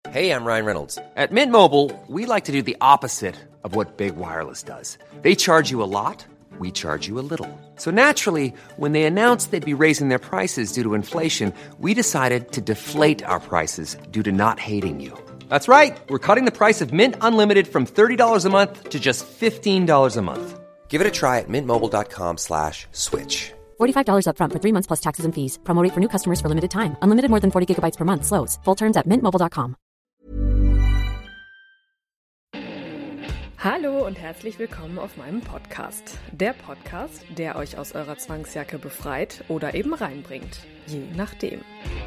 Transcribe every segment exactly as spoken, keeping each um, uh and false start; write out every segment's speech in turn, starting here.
Hey, I'm Ryan Reynolds. At Mint Mobile, we like to do the opposite of what Big Wireless does. They charge you a lot, we charge you a little. So naturally, when they announced they'd be raising their prices due to inflation, we decided to deflate our prices due to not hating you. That's right. We're cutting the price of Mint Unlimited from thirty dollars a month to just fifteen dollars a month. Give it a try at mintmobile.com slash switch. forty-five dollars up front for three months plus taxes and fees. Promo rate for new customers for limited time. Unlimited more than forty gigabytes per month. Slows full terms at mint mobile dot com. Hallo und herzlich willkommen auf meinem Podcast. Der Podcast, der euch aus eurer Zwangsjacke befreit oder eben reinbringt. Je nachdem.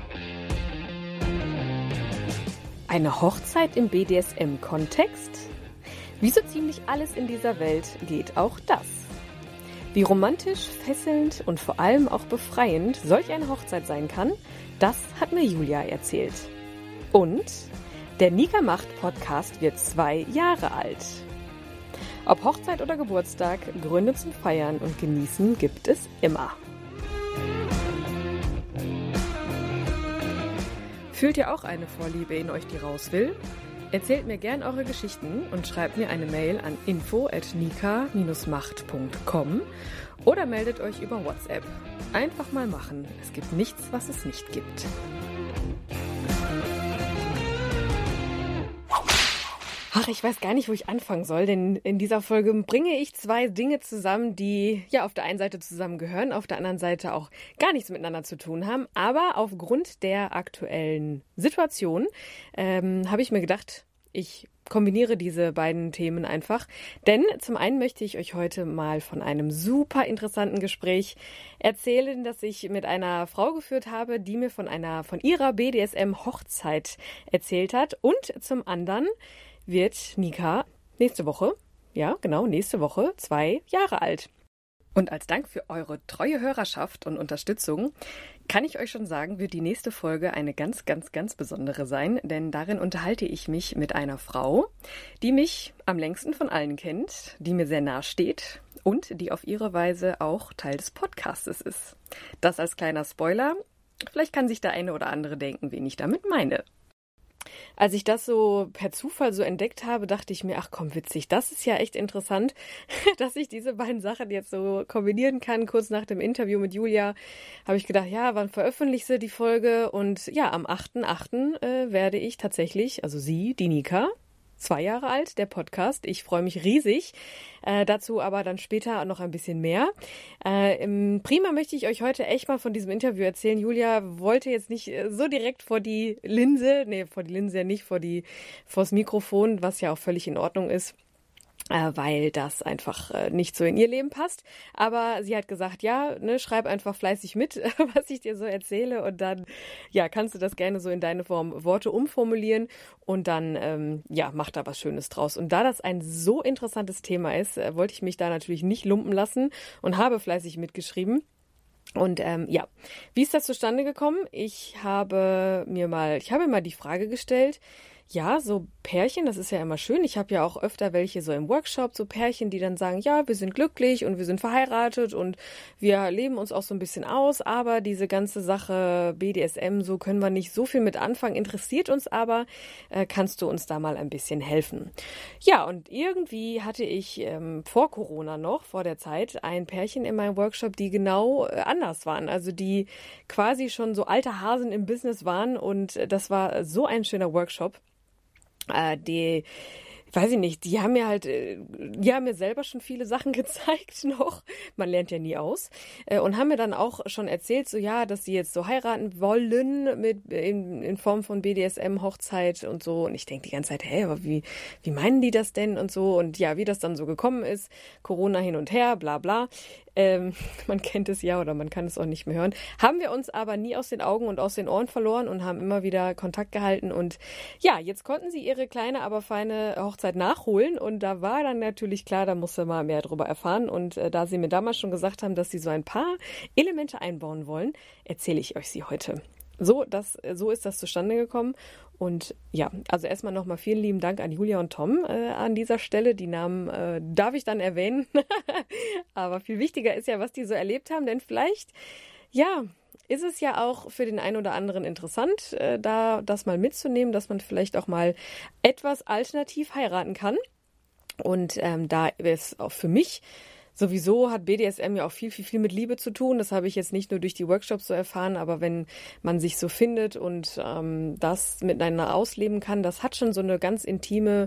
Eine Hochzeit im B D S M-Kontext? Wie so ziemlich alles in dieser Welt geht auch das. Wie romantisch, fesselnd und vor allem auch befreiend solch eine Hochzeit sein kann, das hat mir Julia erzählt. Und der Nika Macht Podcast wird zwei Jahre alt. Ob Hochzeit oder Geburtstag, Gründe zum Feiern und Genießen gibt es immer. Fühlt ihr auch eine Vorliebe in euch, die raus will? Erzählt mir gern eure Geschichten und schreibt mir eine Mail an info at nika dash macht punkt com oder meldet euch über WhatsApp. Einfach mal machen. Es gibt nichts, was es nicht gibt. Ach, ich weiß gar nicht, wo ich anfangen soll, denn in dieser Folge bringe ich zwei Dinge zusammen, die ja auf der einen Seite zusammengehören, auf der anderen Seite auch gar nichts miteinander zu tun haben. Aber aufgrund der aktuellen Situation ähm, habe ich mir gedacht, ich kombiniere diese beiden Themen einfach. Denn zum einen möchte ich euch heute mal von einem super interessanten Gespräch erzählen, das ich mit einer Frau geführt habe, die mir von einer von ihrer B D S M-Hochzeit erzählt hat. Und zum anderen wird Nika nächste Woche, ja genau, nächste Woche zwei Jahre alt. Und als Dank für eure treue Hörerschaft und Unterstützung kann ich euch schon sagen, wird die nächste Folge eine ganz, ganz, ganz besondere sein, denn darin unterhalte ich mich mit einer Frau, die mich am längsten von allen kennt, die mir sehr nahe steht und die auf ihre Weise auch Teil des Podcastes ist. Das als kleiner Spoiler. Vielleicht kann sich der eine oder andere denken, wen ich damit meine. Als ich das so per Zufall so entdeckt habe, dachte ich mir, ach komm, witzig, das ist ja echt interessant, dass ich diese beiden Sachen jetzt so kombinieren kann. Kurz nach dem Interview mit Julia habe ich gedacht, ja, wann veröffentlicht sie die Folge? Und ja, am achten achten äh, werde ich tatsächlich, also sie, die Nika, zwei Jahre alt, der Podcast. Ich freue mich riesig. Äh, dazu aber dann später noch ein bisschen mehr. Äh, im Prima möchte ich euch heute echt mal von diesem Interview erzählen. Julia wollte jetzt nicht äh, so direkt vor die Linse, nee, vor die Linse ja nicht, vor die, vors Mikrofon, was ja auch völlig in Ordnung ist, äh, weil das einfach äh, nicht so in ihr Leben passt. Aber sie hat gesagt, ja, ne, schreib einfach fleißig mit, was ich dir so erzähle und dann, ja, kannst du das gerne so in deine Form Worte umformulieren und dann, ähm, ja, mach da was Schönes draus. Und da das ein so interessantes Thema ist, äh, wollte ich mich da natürlich nicht lumpen lassen und habe fleißig mitgeschrieben. Und ähm, ja, wie ist das zustande gekommen? Ich habe mir mal, ich habe mir mal die Frage gestellt, ja, so Pärchen, das ist ja immer schön. Ich habe ja auch öfter welche so im Workshop, so Pärchen, die dann sagen, ja, wir sind glücklich und wir sind verheiratet und wir leben uns auch so ein bisschen aus, aber diese ganze Sache B D S M, so können wir nicht so viel mit anfangen, interessiert uns aber, äh, kannst du uns da mal ein bisschen helfen? Ja, und irgendwie hatte ich ähm, vor Corona noch, vor der Zeit, ein Pärchen in meinem Workshop, die genau äh, anders waren, also die quasi schon so alte Hasen im Business waren und äh, das war so ein schöner Workshop. Äh, die, weiß ich nicht, die haben mir halt, die haben mir selber schon viele Sachen gezeigt noch, man lernt ja nie aus, äh, und haben mir dann auch schon erzählt, so ja, dass sie jetzt so heiraten wollen mit in, in Form von B D S M-Hochzeit und so und ich denke die ganze Zeit, hä, aber wie, wie meinen die das denn und so und ja, wie das dann so gekommen ist, Corona hin und her, bla bla. Ähm, man kennt es ja oder man kann es auch nicht mehr hören. Haben wir uns aber nie aus den Augen und aus den Ohren verloren und haben immer wieder Kontakt gehalten und ja, jetzt konnten sie ihre kleine, aber feine Hochzeit nachholen und da war dann natürlich klar, da musste mal mehr drüber erfahren und äh, da sie mir damals schon gesagt haben, dass sie so ein paar Elemente einbauen wollen, erzähle ich euch sie heute. So, das, so ist das zustande gekommen. Und ja, also erstmal nochmal vielen lieben Dank an Julia und Tom äh, an dieser Stelle. Die Namen äh, darf ich dann erwähnen. Aber viel wichtiger ist ja, was die so erlebt haben. Denn vielleicht, ja, ist es ja auch für den einen oder anderen interessant, äh, da das mal mitzunehmen, dass man vielleicht auch mal etwas alternativ heiraten kann. Und ähm, da ist auch für mich sowieso hat B D S M ja auch viel, viel, viel mit Liebe zu tun. Das habe ich jetzt nicht nur durch die Workshops so erfahren, aber wenn man sich so findet und ähm, das miteinander ausleben kann, das hat schon so eine ganz intime,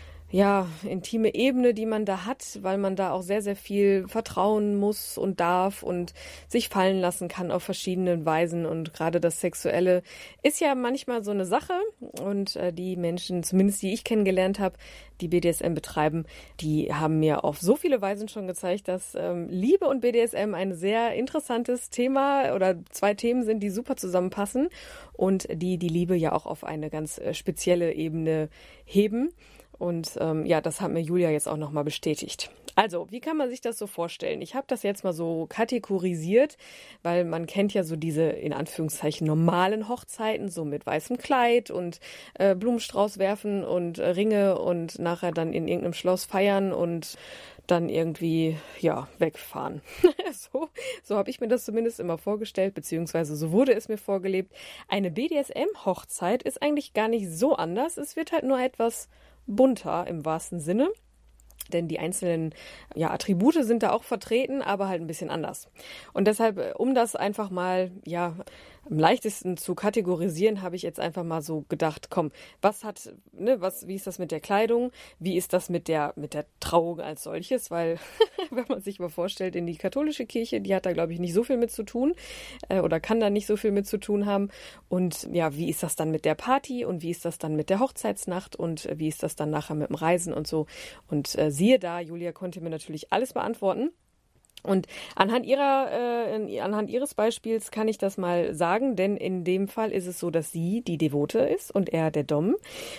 ja, intime Ebene, die man da hat, weil man da auch sehr, sehr viel vertrauen muss und darf und sich fallen lassen kann auf verschiedene Weisen. Und gerade das Sexuelle ist ja manchmal so eine Sache. Und äh, die Menschen, zumindest die ich kennengelernt habe, die B D S M betreiben, die haben mir auf so viele Weisen schon gezeigt, dass ähm, Liebe und B D S M ein sehr interessantes Thema oder zwei Themen sind, die super zusammenpassen und die die Liebe ja auch auf eine ganz äh, spezielle Ebene heben. Und ähm, ja, das hat mir Julia jetzt auch nochmal bestätigt. Also, wie kann man sich das so vorstellen? Ich habe das jetzt mal so kategorisiert, weil man kennt ja so diese, in Anführungszeichen, normalen Hochzeiten, so mit weißem Kleid und äh, Blumenstrauß werfen und äh, Ringe und nachher dann in irgendeinem Schloss feiern und dann irgendwie, ja, wegfahren. so so habe ich mir das zumindest immer vorgestellt, beziehungsweise so wurde es mir vorgelebt. Eine B D S M-Hochzeit ist eigentlich gar nicht so anders. Es wird halt nur etwas bunter im wahrsten Sinne, denn die einzelnen ja, Attribute sind da auch vertreten, aber halt ein bisschen anders. Und deshalb, um das einfach mal ja am leichtesten zu kategorisieren, habe ich jetzt einfach mal so gedacht, komm, was hat, ne, was, wie ist das mit der Kleidung? Wie ist das mit der mit der Trauung als solches? Weil, wenn man sich mal vorstellt, in die katholische Kirche, die hat da, glaube ich, nicht so viel mit zu tun äh, oder kann da nicht so viel mit zu tun haben. Und ja, wie ist das dann mit der Party und wie ist das dann mit der Hochzeitsnacht und äh, wie ist das dann nachher mit dem Reisen und so? Und äh, siehe da, Julia konnte mir natürlich alles beantworten. Und anhand ihrer, äh, anhand ihres Beispiels kann ich das mal sagen, denn in dem Fall ist es so, dass sie die Devote ist und er der Dom.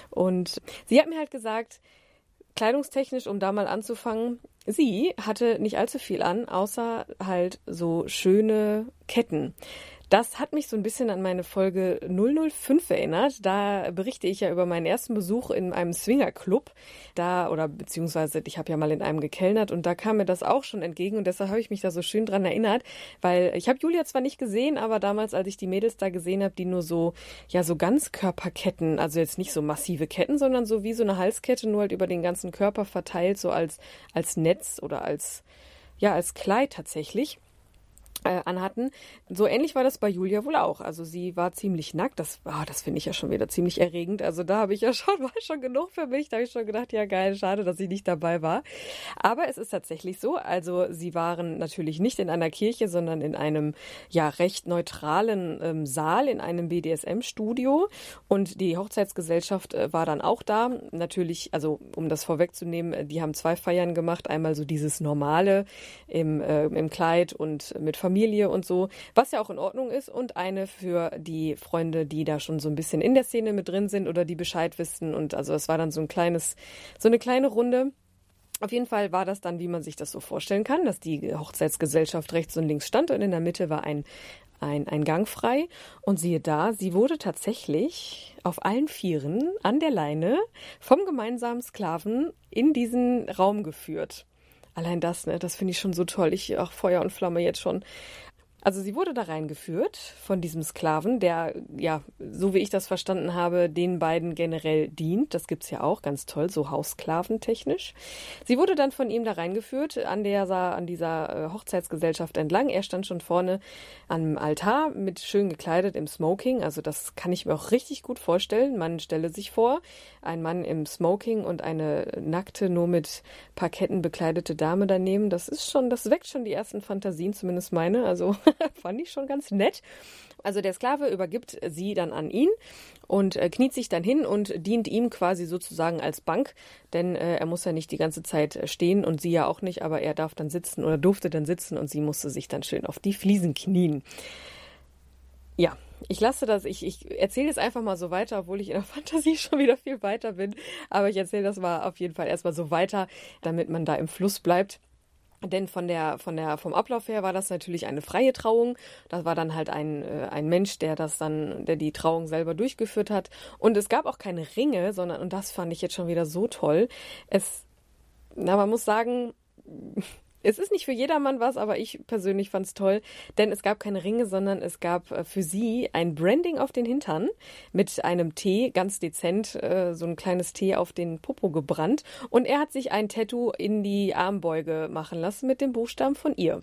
Und sie hat mir halt gesagt, kleidungstechnisch, um da mal anzufangen, sie hatte nicht allzu viel an, außer halt so schöne Ketten. Das hat mich so ein bisschen an meine Folge null null fünf erinnert. Da berichte ich ja über meinen ersten Besuch in einem Swingerclub. Da, oder beziehungsweise ich habe ja mal in einem gekellnert und da kam mir das auch schon entgegen und deshalb habe ich mich da so schön dran erinnert, weil ich habe Julia zwar nicht gesehen, aber damals, als ich die Mädels da gesehen habe, die nur so, ja, so Ganzkörperketten, also jetzt nicht so massive Ketten, sondern so wie so eine Halskette, nur halt über den ganzen Körper verteilt, so als, als Netz oder als, ja, als Kleid tatsächlich. Äh, anhatten. So ähnlich war das bei Julia wohl auch. Also sie war ziemlich nackt. Das, oh, das finde ich ja schon wieder ziemlich erregend. Also da habe ich ja schon, war schon genug für mich. Da habe ich schon gedacht, ja geil, schade, dass ich nicht dabei war. Aber es ist tatsächlich so. Also sie waren natürlich nicht in einer Kirche, sondern in einem ja recht neutralen ähm, Saal, in einem B D S M-Studio. Und die Hochzeitsgesellschaft äh, war dann auch da. Natürlich, also um das vorwegzunehmen, die haben zwei Feiern gemacht. Einmal so dieses Normale im, äh, im Kleid und mit Familie und so, was ja auch in Ordnung ist, und eine für die Freunde, die da schon so ein bisschen in der Szene mit drin sind oder die Bescheid wissen, und also es war dann so ein kleines, so eine kleine Runde. Auf jeden Fall war das dann, wie man sich das so vorstellen kann, dass die Hochzeitsgesellschaft rechts und links stand und in der Mitte war ein, ein, ein Gang frei, und siehe da, sie wurde tatsächlich auf allen Vieren an der Leine vom gemeinsamen Sklaven in diesen Raum geführt. Allein das, ne, das finde ich schon so toll. Ich, ach, Feuer und Flamme jetzt schon. Also sie wurde da reingeführt von diesem Sklaven, der, ja, so wie ich das verstanden habe, den beiden generell dient. Das gibt's ja auch, ganz toll, so Haussklaventechnisch. Sie wurde dann von ihm da reingeführt, an der, an dieser Hochzeitsgesellschaft entlang. Er stand schon vorne am Altar mit schön gekleidet im Smoking. Also das kann ich mir auch richtig gut vorstellen. Man stelle sich vor, ein Mann im Smoking und eine nackte, nur mit Parketten bekleidete Dame daneben. Das ist schon, das weckt schon die ersten Fantasien, zumindest meine. Also fand ich schon ganz nett. Also der Sklave übergibt sie dann an ihn und äh, kniet sich dann hin und dient ihm quasi sozusagen als Bank, denn äh, er muss ja nicht die ganze Zeit stehen und sie ja auch nicht, aber er darf dann sitzen oder durfte dann sitzen und sie musste sich dann schön auf die Fliesen knien. Ja, ich lasse das, ich, ich erzähle es einfach mal so weiter, obwohl ich in der Fantasie schon wieder viel weiter bin, aber ich erzähle das mal auf jeden Fall erstmal so weiter, damit man da im Fluss bleibt. Denn von der, von der, vom Ablauf her war das natürlich eine freie Trauung. Das war dann halt ein, äh, ein Mensch, der das dann, der die Trauung selber durchgeführt hat. Und es gab auch keine Ringe, sondern, und das fand ich jetzt schon wieder so toll. Es, na, man muss sagen, Es ist nicht für jedermann was, aber ich persönlich fand es toll, denn es gab keine Ringe, sondern es gab für sie ein Branding auf den Hintern mit einem T, ganz dezent, äh, so ein kleines T auf den Popo gebrannt. Und er hat sich ein Tattoo in die Armbeuge machen lassen mit dem Buchstaben von ihr.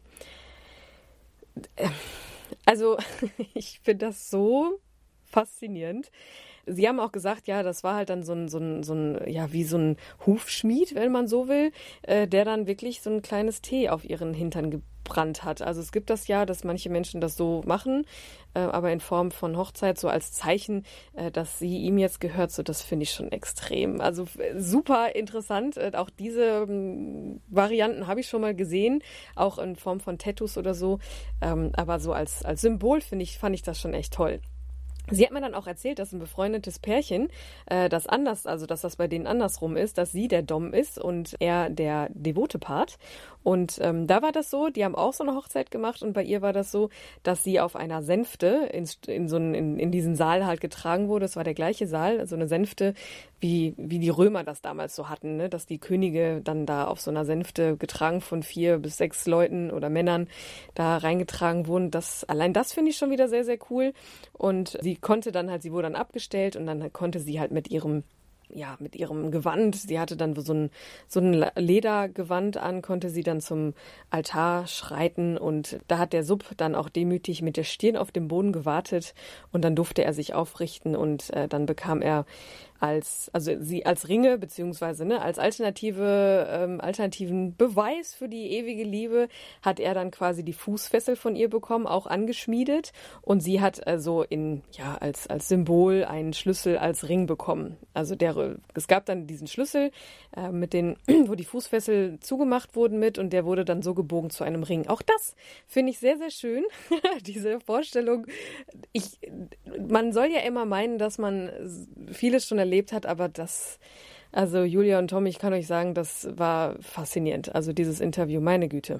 Also, ich finde das so faszinierend. Sie haben auch gesagt, ja, das war halt dann so ein, so ein, so ein, ja, wie so ein Hufschmied, wenn man so will, äh, der dann wirklich so ein kleines T auf ihren Hintern gebrannt hat. Also es gibt das ja, dass manche Menschen das so machen, äh, aber in Form von Hochzeit, so als Zeichen, äh, dass sie ihm jetzt gehört, so das finde ich schon extrem. Also äh, super interessant. Äh, auch diese äh, Varianten habe ich schon mal gesehen, auch in Form von Tattoos oder so. Ähm, aber so als, als Symbol finde ich, fand ich das schon echt toll. Sie hat mir dann auch erzählt, dass ein befreundetes Pärchen, äh, das anders, also dass das bei denen andersrum ist, dass sie der Dom ist und er der devote Part. Und ähm, da war das so, die haben auch so eine Hochzeit gemacht und bei ihr war das so, dass sie auf einer Sänfte in, in, so einen, in, in diesen Saal halt getragen wurde. Es war der gleiche Saal, so eine Sänfte, wie, wie die Römer das damals so hatten, ne? Dass die Könige dann da auf so einer Sänfte getragen von vier bis sechs Leuten oder Männern da reingetragen wurden. Das, allein das finde ich schon wieder sehr, sehr cool. Und sie konnte dann halt, sie wurde dann abgestellt und dann konnte sie halt mit ihrem ja, mit ihrem Gewand, sie hatte dann so ein, so ein Ledergewand an, konnte sie dann zum Altar schreiten und da hat der Sub dann auch demütig mit der Stirn auf dem Boden gewartet und dann durfte er sich aufrichten und äh, dann bekam er als, also sie als Ringe, beziehungsweise ne, als alternative, ähm, alternativen Beweis für die ewige Liebe hat er dann quasi die Fußfessel von ihr bekommen, auch angeschmiedet und sie hat also in, ja, als, als Symbol einen Schlüssel als Ring bekommen. Also der, es gab dann diesen Schlüssel, äh, mit den, wo die Fußfessel zugemacht wurden mit und der wurde dann so gebogen zu einem Ring. Auch das finde ich sehr, sehr schön, diese Vorstellung. Ich, man soll ja immer meinen, dass man vieles schon erlebt hat, aber das, also Julia und Tom, ich kann euch sagen, das war faszinierend. Also dieses Interview, meine Güte.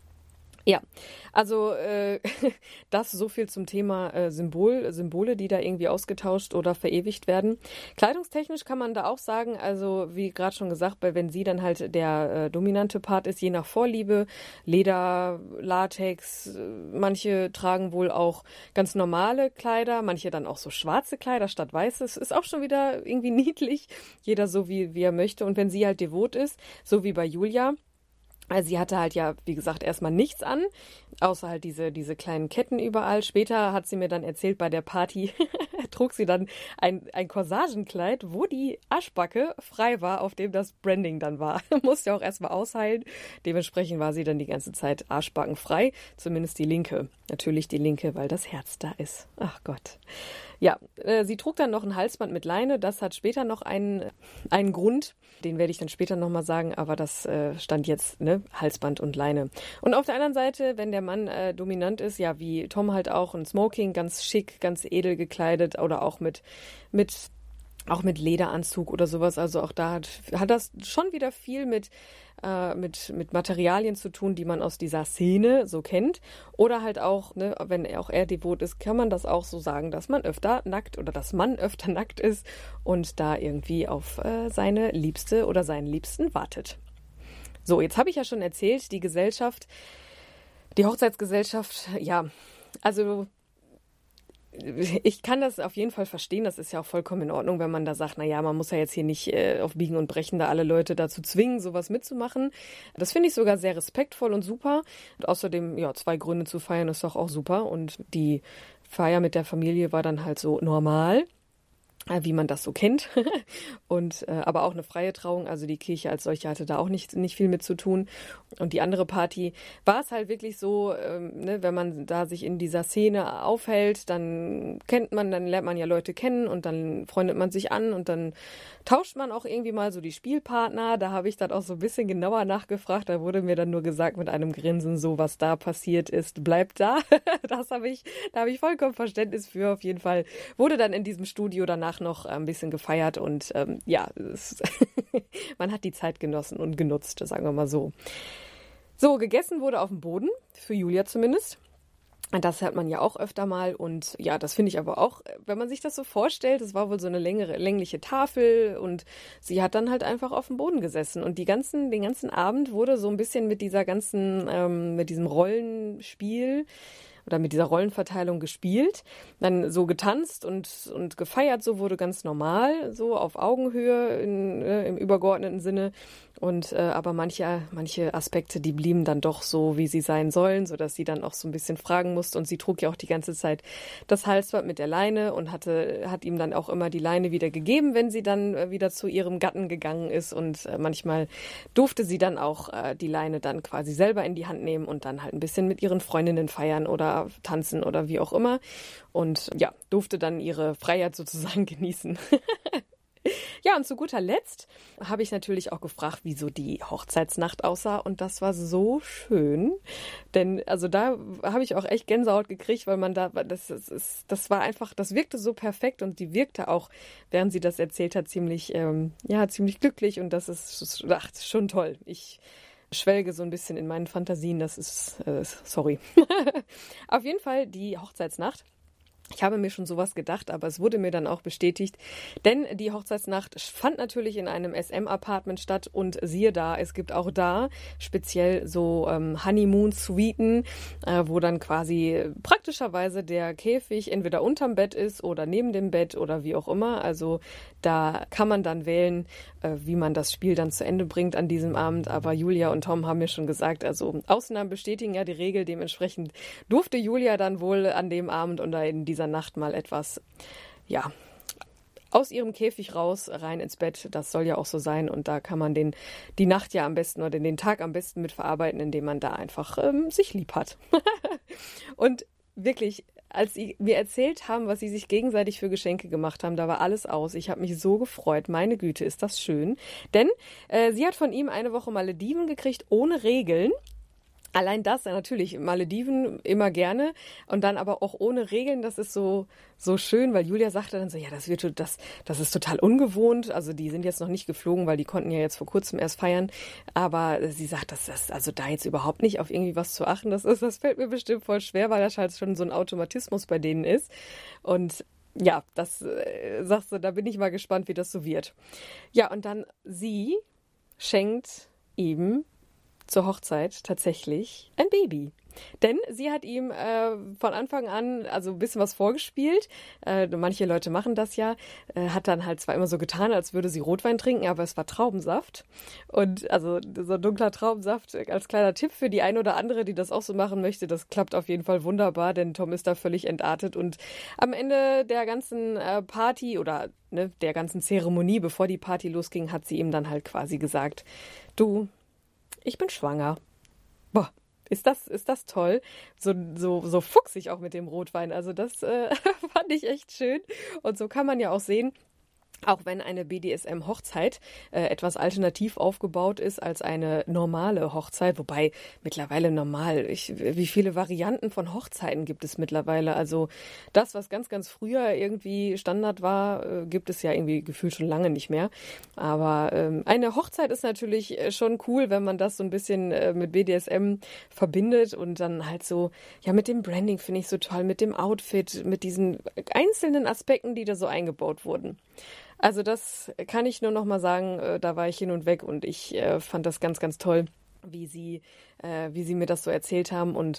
Ja, also äh, das so viel zum Thema äh, Symbol, Symbole, die da irgendwie ausgetauscht oder verewigt werden. Kleidungstechnisch kann man da auch sagen, also wie gerade schon gesagt, weil wenn sie dann halt der äh, dominante Part ist, je nach Vorliebe, Leder, Latex, äh, manche tragen wohl auch ganz normale Kleider, manche dann auch so schwarze Kleider statt weißes, ist auch schon wieder irgendwie niedlich, jeder so wie, wie er möchte und wenn sie halt devot ist, so wie bei Julia, also sie hatte halt ja, wie gesagt, erstmal nichts an, außer halt diese, diese kleinen Ketten überall. Später hat sie mir dann erzählt, bei der Party trug sie dann ein, ein Corsagenkleid, wo die Arschbacke frei war, auf dem das Branding dann war. Musste ja auch erstmal ausheilen. Dementsprechend war sie dann die ganze Zeit arschbackenfrei, zumindest die linke. Natürlich die linke, weil das Herz da ist. Ach Gott. Ja, äh, sie trug dann noch ein Halsband mit Leine. Das hat später noch einen, einen Grund. Den werde ich dann später nochmal sagen, aber das äh, stand jetzt, ne, Halsband und Leine. Und auf der anderen Seite, wenn der Mann äh, dominant ist, ja, wie Tom halt auch, ein Smoking, ganz schick, ganz edel gekleidet oder auch mit, mit auch mit Lederanzug oder sowas. Also auch da hat, hat das schon wieder viel mit, äh, mit, mit Materialien zu tun, die man aus dieser Szene so kennt. Oder halt auch, ne, wenn auch er devot ist, kann man das auch so sagen, dass man öfter nackt oder dass man öfter nackt ist und da irgendwie auf äh, seine Liebste oder seinen Liebsten wartet. So, jetzt habe ich ja schon erzählt, die Gesellschaft, die Hochzeitsgesellschaft, ja, also ich kann das auf jeden Fall verstehen, das ist ja auch vollkommen in Ordnung, wenn man da sagt, naja, man muss ja jetzt hier nicht äh, auf Biegen und Brechen da alle Leute dazu zwingen, sowas mitzumachen. Das finde ich sogar sehr respektvoll und super. Und außerdem, ja, zwei Gründe zu feiern ist doch auch super. Und die Feier mit der Familie war dann halt so normal, wie man das so kennt. und äh, aber auch eine freie Trauung, also die Kirche als solche hatte da auch nicht, nicht viel mit zu tun. Und die andere Party war es halt wirklich so, ähm, ne, wenn man da sich in dieser Szene aufhält, dann kennt man, dann lernt man ja Leute kennen und dann freundet man sich an und dann tauscht man auch irgendwie mal so die Spielpartner. Da habe ich dann auch so ein bisschen genauer nachgefragt. Da wurde mir dann nur gesagt mit einem Grinsen, so was da passiert ist, bleibt da. das habe ich, da habe ich vollkommen Verständnis für. Auf jeden Fall wurde dann in diesem Studio danach noch ein bisschen gefeiert und ähm, ja, es man hat die Zeit genossen und genutzt, sagen wir mal so. So, gegessen wurde auf dem Boden, für Julia zumindest. Das hört man ja auch öfter mal und ja, das finde ich aber auch, wenn man sich das so vorstellt, es war wohl so eine längere, längliche Tafel und sie hat dann halt einfach auf dem Boden gesessen und die ganzen, den ganzen Abend wurde so ein bisschen mit dieser ganzen, ähm, mit diesem Rollenspiel oder mit dieser Rollenverteilung gespielt, dann so getanzt und, und gefeiert, so wurde ganz normal, so auf Augenhöhe in, äh, im übergeordneten Sinne. Und äh, aber manche, manche Aspekte, die blieben dann doch so, wie sie sein sollen, sodass sie dann auch so ein bisschen fragen musste. Und sie trug ja auch die ganze Zeit das Halsband mit der Leine und hatte, hat ihm dann auch immer die Leine wieder gegeben, wenn sie dann äh, wieder zu ihrem Gatten gegangen ist. Und äh, manchmal durfte sie dann auch äh, die Leine dann quasi selber in die Hand nehmen und dann halt ein bisschen mit ihren Freundinnen feiern oder tanzen oder wie auch immer. Und ja, durfte dann ihre Freiheit sozusagen genießen. Ja, und zu guter Letzt habe ich natürlich auch gefragt, wie so die Hochzeitsnacht aussah. Und das war so schön. Denn also da habe ich auch echt Gänsehaut gekriegt, weil man da, das, das, das war einfach, das wirkte so perfekt und die wirkte auch, während sie das erzählt hat, ziemlich, ähm, ja, ziemlich glücklich. Und das ist ach, schon toll. Ich schwelge so ein bisschen in meinen Fantasien. Das ist, äh, sorry. Auf jeden Fall die Hochzeitsnacht. Ich habe mir schon sowas gedacht, aber es wurde mir dann auch bestätigt, denn die Hochzeitsnacht fand natürlich in einem S M-Apartment statt und siehe da, es gibt auch da speziell so ähm, Honeymoon-Suiten, äh, wo dann quasi praktischerweise der Käfig entweder unterm Bett ist oder neben dem Bett oder wie auch immer. Also da kann man dann wählen, äh, wie man das Spiel dann zu Ende bringt an diesem Abend. Aber Julia und Tom haben mir schon gesagt, also Ausnahmen bestätigen ja die Regel. Dementsprechend durfte Julia dann wohl an dem Abend oder in dieser Nacht mal etwas, ja, aus ihrem Käfig raus, rein ins Bett. Das soll ja auch so sein. Und da kann man den, die Nacht ja am besten oder den Tag am besten mit verarbeiten, indem man da einfach ähm, sich lieb hat. Und wirklich, als sie mir erzählt haben, was sie sich gegenseitig für Geschenke gemacht haben, da war alles aus. Ich habe mich so gefreut. Meine Güte, ist das schön. Denn äh, sie hat von ihm eine Woche Malediven gekriegt, ohne Regeln. Allein das, ja, natürlich, Malediven immer gerne und dann aber auch ohne Regeln, das ist so, so schön, weil Julia sagte dann so, ja, das wird, das, das ist total ungewohnt, also die sind jetzt noch nicht geflogen, weil die konnten ja jetzt vor kurzem erst feiern, aber sie sagt, dass das, also da jetzt überhaupt nicht auf irgendwie was zu achten, das ist, das fällt mir bestimmt voll schwer, weil das halt schon so ein Automatismus bei denen ist und ja, das äh, sagst du, da bin ich mal gespannt, wie das so wird. Ja, und dann sie schenkt ihm zur Hochzeit tatsächlich ein Baby. Denn sie hat ihm äh, von Anfang an also ein bisschen was vorgespielt. Äh, manche Leute machen das ja. Äh, hat dann halt zwar immer so getan, als würde sie Rotwein trinken, aber es war Traubensaft. Und also so dunkler Traubensaft als kleiner Tipp für die eine oder andere, die das auch so machen möchte. Das klappt auf jeden Fall wunderbar, denn Tom ist da völlig entartet. Und am Ende der ganzen äh, Party oder ne, der ganzen Zeremonie, bevor die Party losging, hat sie ihm dann halt quasi gesagt, du, ich bin schwanger. Boah, ist das, ist das toll. So, so, so fuchsig auch mit dem Rotwein. Also das äh, fand ich echt schön. Und so kann man ja auch sehen, auch wenn eine B D S M-Hochzeit äh, etwas alternativ aufgebaut ist als eine normale Hochzeit, wobei mittlerweile normal, ich, wie viele Varianten von Hochzeiten gibt es mittlerweile? Also das, was ganz, ganz früher irgendwie Standard war, äh, gibt es ja irgendwie gefühlt schon lange nicht mehr. Aber ähm, eine Hochzeit ist natürlich schon cool, wenn man das so ein bisschen äh, mit B D S M verbindet und dann halt so, ja, mit dem Branding finde ich so toll, mit dem Outfit, mit diesen einzelnen Aspekten, die da so eingebaut wurden. Also das kann ich nur noch mal sagen, äh, da war ich hin und weg und ich äh, fand das ganz, ganz toll, wie sie, äh, wie sie mir das so erzählt haben. Und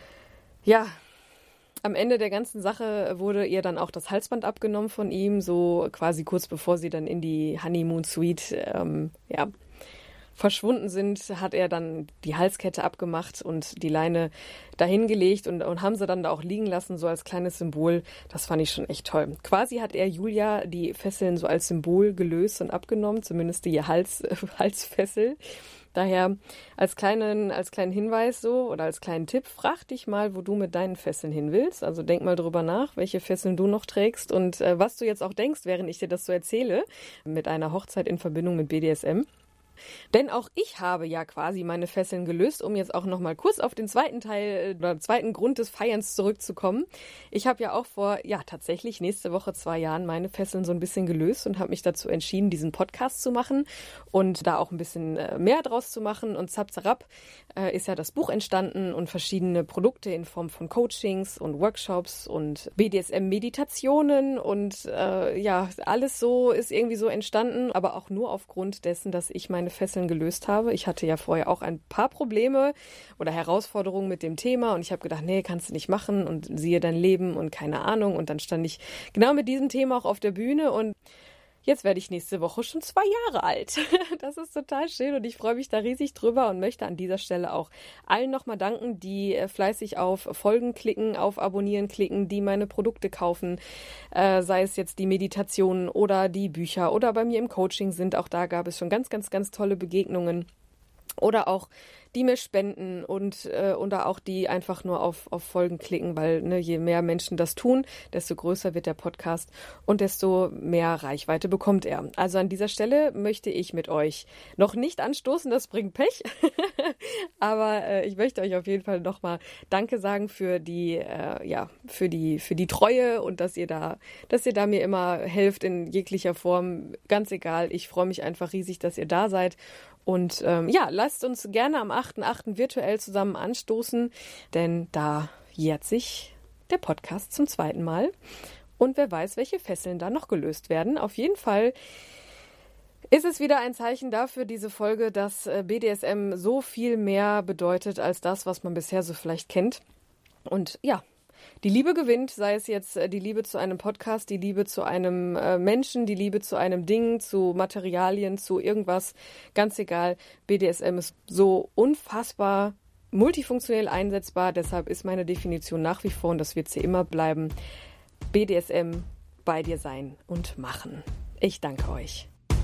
ja, am Ende der ganzen Sache wurde ihr dann auch das Halsband abgenommen von ihm, so quasi kurz bevor sie dann in die Honeymoon Suite ähm, ja, verschwunden sind, hat er dann die Halskette abgemacht und die Leine dahingelegt und, und haben sie dann da auch liegen lassen, so als kleines Symbol. Das fand ich schon echt toll. Quasi hat er Julia die Fesseln so als Symbol gelöst und abgenommen, zumindest die Hals, äh, Halsfessel. Daher als kleinen, als kleinen Hinweis so oder als kleinen Tipp, frag dich mal, wo du mit deinen Fesseln hin willst. Also denk mal drüber nach, welche Fesseln du noch trägst und äh, was du jetzt auch denkst, während ich dir das so erzähle, mit einer Hochzeit in Verbindung mit B D S M. Denn auch ich habe ja quasi meine Fesseln gelöst, um jetzt auch nochmal kurz auf den zweiten Teil oder zweiten Grund des Feierns zurückzukommen. Ich habe ja auch vor, ja tatsächlich nächste Woche zwei Jahren meine Fesseln so ein bisschen gelöst und habe mich dazu entschieden, diesen Podcast zu machen und da auch ein bisschen mehr draus zu machen. Und zap zarab äh, ist ja das Buch entstanden und verschiedene Produkte in Form von Coachings und Workshops und B D S M-Meditationen und äh, ja, alles so ist irgendwie so entstanden, aber auch nur aufgrund dessen, dass ich meine Fesseln gelöst habe. Ich hatte ja vorher auch ein paar Probleme oder Herausforderungen mit dem Thema und ich habe gedacht, nee, kannst du nicht machen und siehe dein Leben und keine Ahnung. Und dann stand ich genau mit diesem Thema auch auf der Bühne und jetzt werde ich nächste Woche schon zwei Jahre alt. Das ist total schön und ich freue mich da riesig drüber und möchte an dieser Stelle auch allen nochmal danken, die fleißig auf Folgen klicken, auf Abonnieren klicken, die meine Produkte kaufen, äh, sei es jetzt die Meditationen oder die Bücher oder bei mir im Coaching sind. Auch da gab es schon ganz, ganz, ganz tolle Begegnungen. Oder auch die mir spenden und äh, oder auch die einfach nur auf, auf Folgen klicken, weil ne, je mehr Menschen das tun, desto größer wird der Podcast und desto mehr Reichweite bekommt er. Also an dieser Stelle möchte ich mit euch noch nicht anstoßen, das bringt Pech, aber äh, ich möchte euch auf jeden Fall nochmal Danke sagen für die, äh, ja, für die, für die Treue und dass ihr da, dass ihr da mir immer helft in jeglicher Form, ganz egal. Ich freue mich einfach riesig, dass ihr da seid. Und ähm, ja, lasst uns gerne am achten achten virtuell zusammen anstoßen, denn da jährt sich der Podcast zum zweiten Mal. Und wer weiß, welche Fesseln da noch gelöst werden. Auf jeden Fall ist es wieder ein Zeichen dafür, diese Folge, dass B D S M so viel mehr bedeutet als das, was man bisher so vielleicht kennt. Und ja, die Liebe gewinnt, sei es jetzt die Liebe zu einem Podcast, die Liebe zu einem äh, Menschen, die Liebe zu einem Ding, zu Materialien, zu irgendwas, ganz egal. B D S M ist so unfassbar multifunktionell einsetzbar, deshalb ist meine Definition nach wie vor, und das wird sie immer bleiben, B D S M, bei dir sein und machen. Ich danke euch.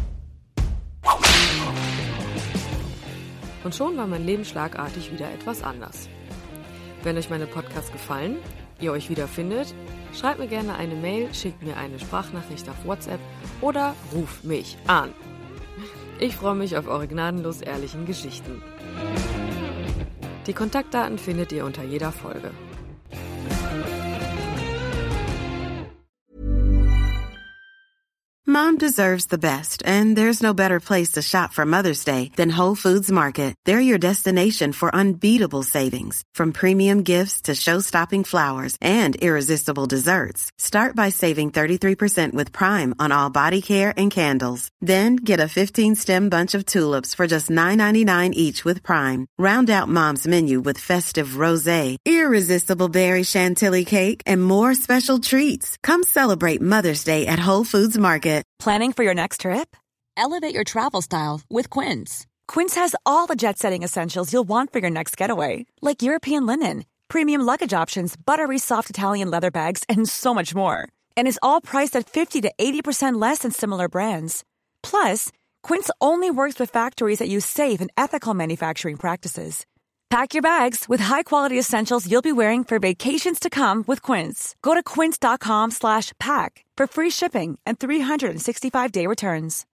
Und schon war mein Leben schlagartig wieder etwas anders. Wenn euch meine Podcasts gefallen, ihr euch wiederfindet, schreibt mir gerne eine Mail, schickt mir eine Sprachnachricht auf WhatsApp oder ruft mich an. Ich freue mich auf eure gnadenlos ehrlichen Geschichten. Die Kontaktdaten findet ihr unter jeder Folge. Mom deserves the best, and there's no better place to shop for Mother's Day than Whole Foods Market. They're your destination for unbeatable savings, from premium gifts to show-stopping flowers and irresistible desserts. Start by saving thirty-three percent with Prime on all body care and candles. Then get a fifteen-stem bunch of tulips for just nine ninety-nine each with Prime. Round out Mom's menu with festive rosé, irresistible berry chantilly cake, and more special treats. Come celebrate Mother's Day at Whole Foods Market. Planning for your next trip? Elevate your travel style with Quince. Quince has all the jet-setting essentials you'll want for your next getaway, like European linen, premium luggage options, buttery soft Italian leather bags, and so much more. And is all priced at fifty to eighty percent less than similar brands. Plus, Quince only works with factories that use safe and ethical manufacturing practices. Pack your bags with high-quality essentials you'll be wearing for vacations to come with Quince. Go to quince.com slash pack for free shipping and three sixty-five day returns.